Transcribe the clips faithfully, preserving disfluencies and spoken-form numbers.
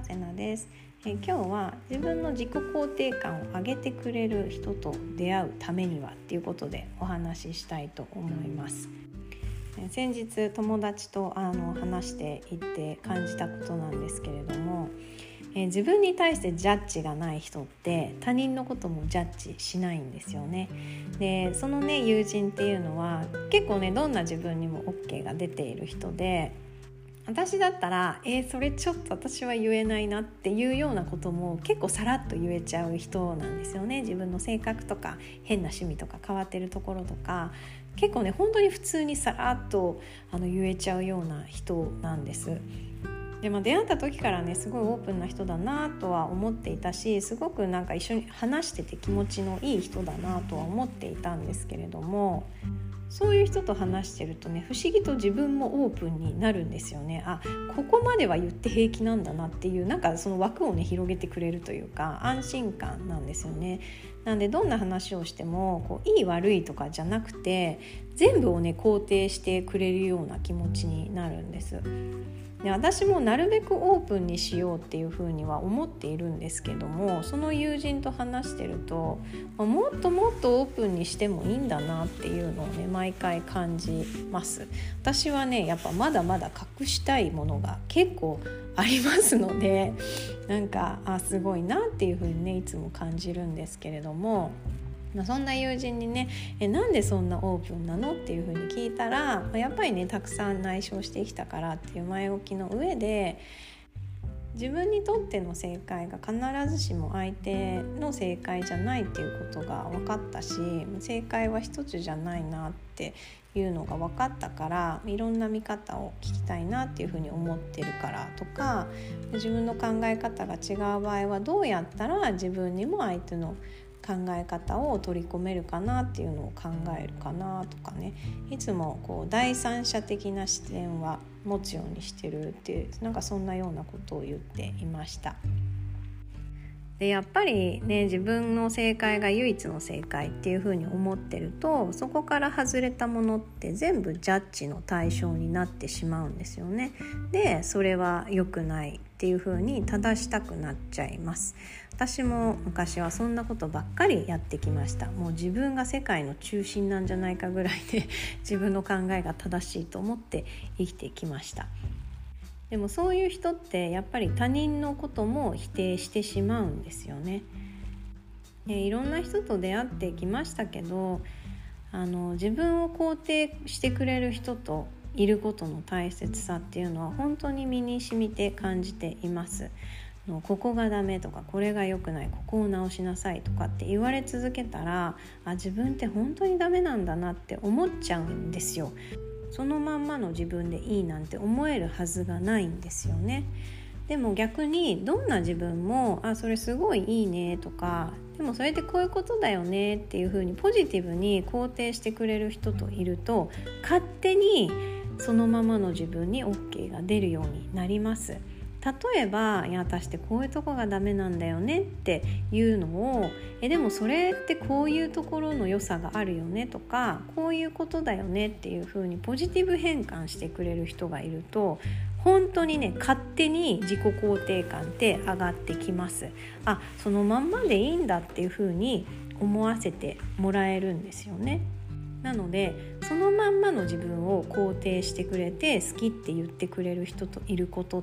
瀬名です。え今日は自分の自己肯定感を上げてくれる人と出会うためにはっていうことでお話ししたいと思います。え先日友達とあの話していて感じたことなんですけれども、え自分に対してジャッジがない人って他人のこともジャッジしないんですよね。でそのね友人っていうのは結構ねどんな自分にも OK が出ている人で、私だったらえー、それちょっと私は言えないなっていうようなことも結構さらっと言えちゃう人なんですよね。自分の性格とか変な趣味とか変わってるところとか結構ね本当に普通にさらっとあの言えちゃうような人なんです。で、まあ、出会った時からねすごいオープンな人だなとは思っていたし、すごくなんか一緒に話してて気持ちのいい人だなとは思っていたんですけれども、そういう人と話してるとね不思議と自分もオープンになるんですよね。あ、ここまでは言って平気なんだなっていう、なんかその枠をね広げてくれるというか安心感なんですよね。なんでどんな話をしてもこういい悪いとかじゃなくて全部をね肯定してくれるような気持ちになるんです。で私もなるべくオープンにしようっていうふうには思っているんですけども、その友人と話してると、まあ、もっともっとオープンにしてもいいんだなっていうのをね毎回感じます。私はねやっぱまだまだ隠したいものが結構ありますので、なんかあすごいなっていうふうにねいつも感じるんですけれども、そんな友人にねえなんでそんなオープンなのっていう風に聞いたら、やっぱりねたくさん内省してきたからっていう前置きの上で、自分にとっての正解が必ずしも相手の正解じゃないっていうことが分かったし、正解は一つじゃないなっていうのが分かったから、いろんな見方を聞きたいなっていうふうに思ってるからとか、自分の考え方が違う場合はどうやったら自分にも相手の考え方を取り込めるかなっていうのを考えるかなとかね、いつもこう第三者的な視点は持つようにしてるっていう、なんかそんなようなことを言っていました。でやっぱりね自分の正解が唯一の正解っていう風に思ってると、そこから外れたものって全部ジャッジの対象になってしまうんですよね。でそれは良くないっていう風に正したくなっちゃいます。私も昔はそんなことばっかりやってきました。もう自分が世界の中心なんじゃないかぐらいで自分の考えが正しいと思って生きてきました。でもそういう人ってやっぱり他人のことも否定してしまうんですよね。でいろんな人と出会ってきましたけど、あの自分を肯定してくれる人といることの大切さっていうのは本当に身に染みて感じています。ここがダメとかこれが良くない、ここを直しなさいとかって言われ続けたら、あ自分って本当にダメなんだなって思っちゃうんですよ。そのまんまの自分でいいなんて思えるはずがないんですよね。でも逆にどんな自分もあそれすごいいいねとか、でもそれってこういうことだよねっていう風にポジティブに肯定してくれる人といると、勝手にそのままの自分に OK が出るようになります。例えばいや私ってこういうとこがダメなんだよねっていうのを、えでもそれってこういうところの良さがあるよねとか、こういうことだよねっていう風にポジティブ変換してくれる人がいると、本当にね勝手に自己肯定感って上がってきます。あそのまんまでいいんだっていう風に思わせてもらえるんですよね。なのでそのまんまの自分を肯定してくれて好きって言ってくれる人といることって、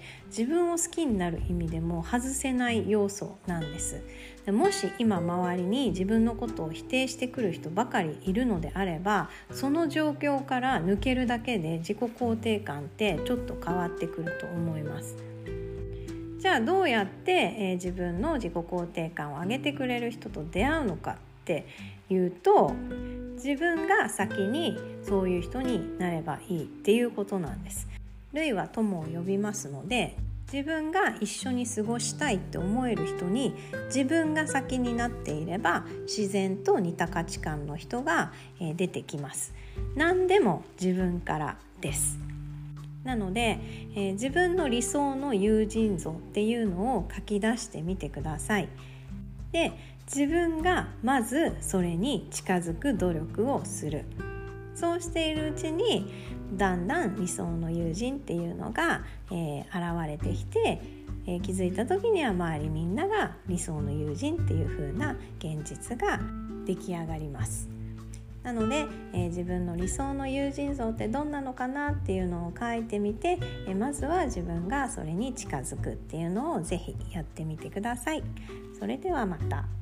自分を好きになる意味でも外せない要素なんです。でもし今周りに自分のことを否定してくる人ばかりいるのであれば、その状況から抜けるだけで自己肯定感ってちょっと変わってくると思います。じゃあどうやって、えー、自分の自己肯定感を上げてくれる人と出会うのかっていうと、自分が先にそういう人になればいいっていうことなんです。類は友を呼びますので、自分が一緒に過ごしたいって思える人に自分が先になっていれば、自然と似た価値観の人が出てきます。何でも自分からです。なので、えー、自分の理想の友人像っていうのを書き出してみてください。で自分がまずそれに近づく努力をする。そうしているうちにだんだん理想の友人っていうのが、えー、現れてきて、 えー、気づいた時には周りみんなが理想の友人っていう風な現実が出来上がります。なので、えー、自分の理想の友人像ってどんなのかなっていうのを書いてみて、えー、まずは自分がそれに近づくっていうのをぜひやってみてください。それではまた。